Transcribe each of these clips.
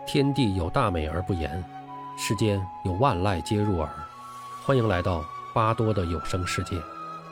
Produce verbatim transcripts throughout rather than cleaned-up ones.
天地有大美而不言，世间有万籁皆入耳。欢迎来到巴多的有声世界。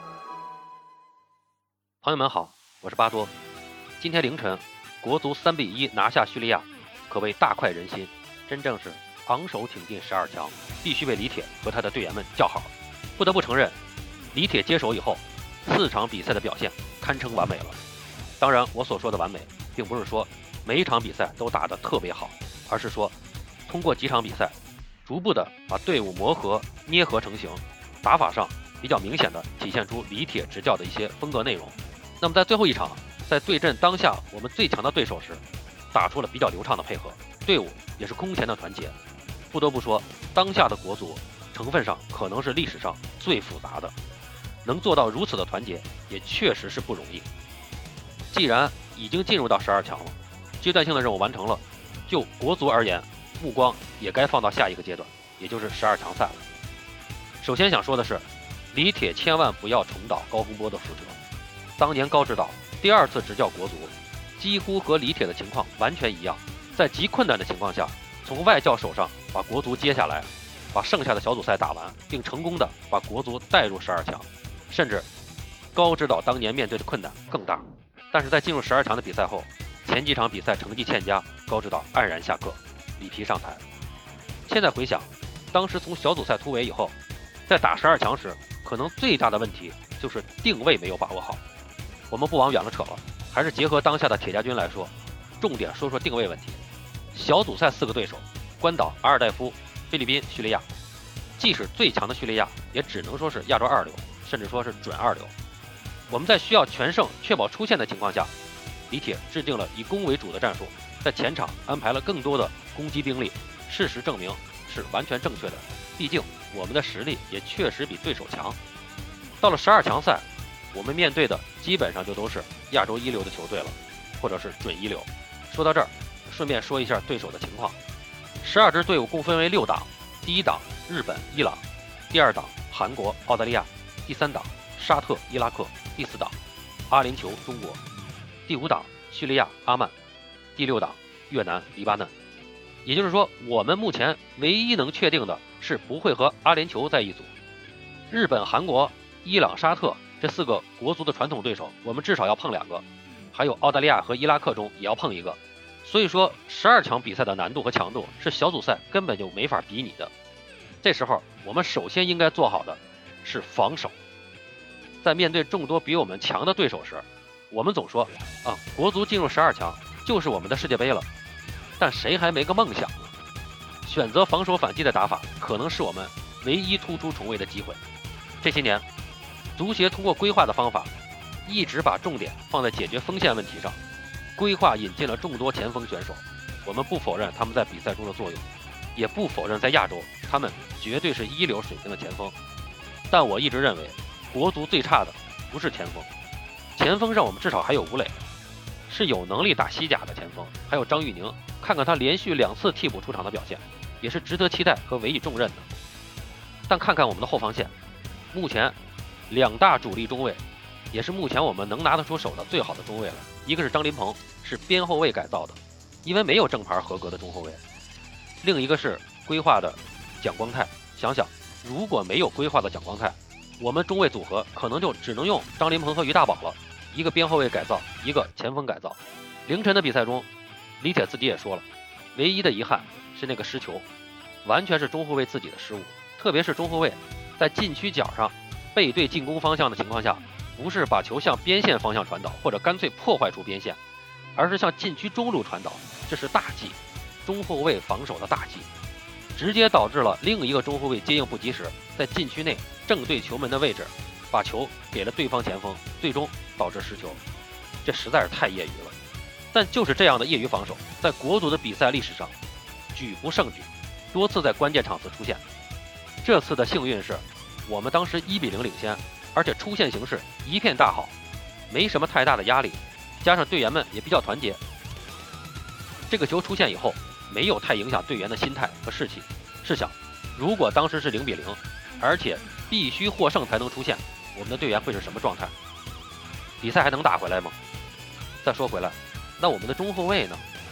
朋友们好，我是巴多。今天凌晨，国足三比一拿下叙利亚，可谓大快人心，真正是昂首挺进十二强，必须为李铁和他的队员们叫好。不得不承认，李铁接手以后，四场比赛的表现堪称完美了。当然，我所说的完美，并不是说每一场比赛都打得特别好，而是说通过几场比赛，逐步的把队伍磨合、捏合成型，打法上比较明显的体现出李铁执教的一些风格内容。那么在最后一场，在对阵当下我们最强的对手时，打出了比较流畅的配合，队伍也是空前的团结。不得不说，当下的国足成分上可能是历史上最复杂的，能做到如此的团结，也确实是不容易。既然已经进入到十二强了，阶段性的任务完成了，就国足而言，目光也该放到下一个阶段，也就是十二强赛了。首先想说的是，李铁千万不要重蹈高洪波的覆辙。当年高指导第二次执教国足，几乎和李铁的情况完全一样，在极困难的情况下，从外教手上把国足接下来，把剩下的小组赛打完，并成功的把国足带入十二强。甚至高指导当年面对的困难更大，但是在进入十二强的比赛后，前几场比赛成绩欠佳，高指导黯然下课，里皮上台。现在回想，当时从小组赛突围以后，在打十二强时，可能最大的问题就是定位没有把握好。我们不往远了扯了，还是结合当下的铁家军来说，重点说说定位问题。小组赛四个对手，关岛、阿尔代夫、菲律宾、叙利亚，即使最强的叙利亚，也只能说是亚洲二流，甚至说是准二流。我们在需要全胜确保出线的情况下，李铁制定了以攻为主的战术，在前场安排了更多的攻击兵力，事实证明是完全正确的。毕竟我们的实力也确实比对手强。到了十二强赛，我们面对的基本上就都是亚洲一流的球队了，或者是准一流。说到这儿，顺便说一下对手的情况。十二支队伍共分为六档，第一档日本、伊朗，第二档韩国、澳大利亚，第三档沙特、伊拉克，第四档阿联酋、中国，第五档叙利亚、阿曼，第六档越南、黎巴嫩。也就是说，我们目前唯一能确定的是不会和阿联酋在一组。日本、韩国、伊朗、沙特这四个国足的传统对手，我们至少要碰两个，还有澳大利亚和伊拉克中也要碰一个。所以说，十二强比赛的难度和强度是小组赛根本就没法比拟的。这时候，我们首先应该做好的是防守。在面对众多比我们强的对手时，我们总说啊，国足进入十二强就是我们的世界杯了，但谁还没个梦想呢？选择防守反击的打法，可能是我们唯一突出重围的机会。这些年，足协通过规划的方法，一直把重点放在解决锋线问题上。规划引进了众多前锋选手，我们不否认他们在比赛中的作用，也不否认在亚洲他们绝对是一流水平的前锋。但我一直认为，国足最差的不是前锋，前锋上我们至少还有吴磊，是有能力打西甲的前锋，还有张玉宁，看看他连续两次替补出场的表现，也是值得期待和委以重任的。但看看我们的后防线，目前两大主力中卫，也是目前我们能拿得出手的最好的中卫了。一个是张琳芃，是边后卫改造的，因为没有正牌合格的中后卫；另一个是规划的蒋光太。想想如果没有规划的蒋光太，我们中卫组合可能就只能用张琳芃和于大宝了，一个边后卫改造，一个前锋改造。凌晨的比赛中，李铁自己也说了，唯一的遗憾是那个失球，完全是中后卫自己的失误，特别是中后卫在禁区角上背对进攻方向的情况下，不是把球向边线方向传导，或者干脆破坏出边线，而是向禁区中路传导，这是大忌，中后卫防守的大忌，直接导致了另一个中后卫接应不及时，在禁区内正对球门的位置把球给了对方前锋，最终导致失球。这实在是太业余了。但就是这样的业余防守，在国足的比赛历史上举不胜举，多次在关键场次出现。这次的幸运是我们当时一比零领先，而且出线形势一片大好，没什么太大的压力，加上队员们也比较团结，这个球出现以后没有太影响队员的心态和士气。试想，如果当时是零比零，而且必须获胜才能出线，我们的队员会是什么状态？比赛还能打回来吗？再说回来，那我们的中后卫呢？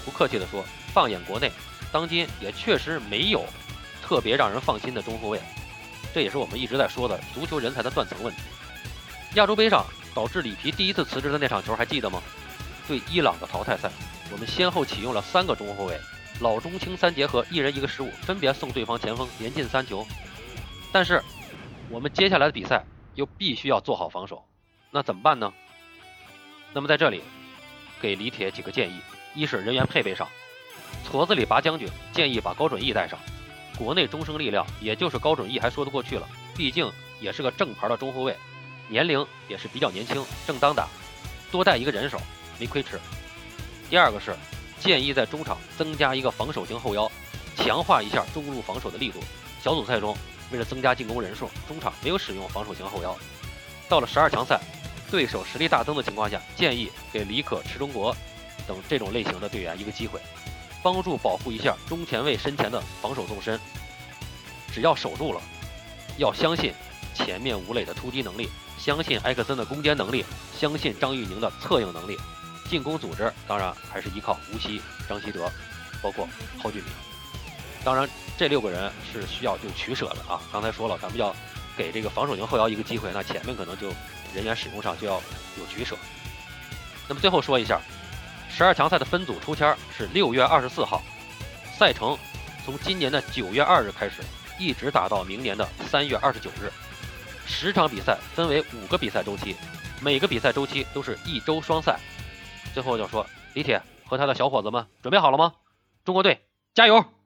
不客气地说，放眼国内，当今也确实没有特别让人放心的中后卫，这也是我们一直在说的足球人才的断层问题。亚洲杯上导致里皮第一次辞职的那场球还记得吗？对伊朗的淘汰赛，我们先后启用了三个中后卫，老中青三结合，一人一个失误，分别送对方前锋连进三球。但是我们接下来的比赛又必须要做好防守，那怎么办呢？那么在这里给李铁几个建议：一是人员配备上，矬子里拔将军建议把高准翼带上，国内中生力量也就是高准翼还说得过去了，毕竟也是个正牌的中后卫，年龄也是比较年轻，正当打，多带一个人手没亏吃。第二个是建议在中场增加一个防守型后腰，强化一下中路防守的力度。小组赛中为了增加进攻人数，中场没有使用防守型后腰。到了十二强赛，对手实力大增的情况下，建议给李可、池中国等这种类型的队员一个机会，帮助保护一下中前卫身前的防守纵深。只要守住了，要相信前面吴磊的突击能力，相信埃克森的攻坚能力，相信张玉宁的策应能力。进攻组织当然还是依靠吴曦、张稀哲，包括蒿俊闵。当然这六个人是需要有取舍的啊。刚才说了，咱们要给这个防守型后腰一个机会，那前面可能就人员使用上就要有取舍。那么最后说一下，十二强赛的分组抽签是六月二十四号，赛程从今年的九月二日开始，一直打到明年的三月二十九日。十场比赛分为五个比赛周期，每个比赛周期都是一周双赛。最后就说，李铁和他的小伙子们准备好了吗？中国队加油！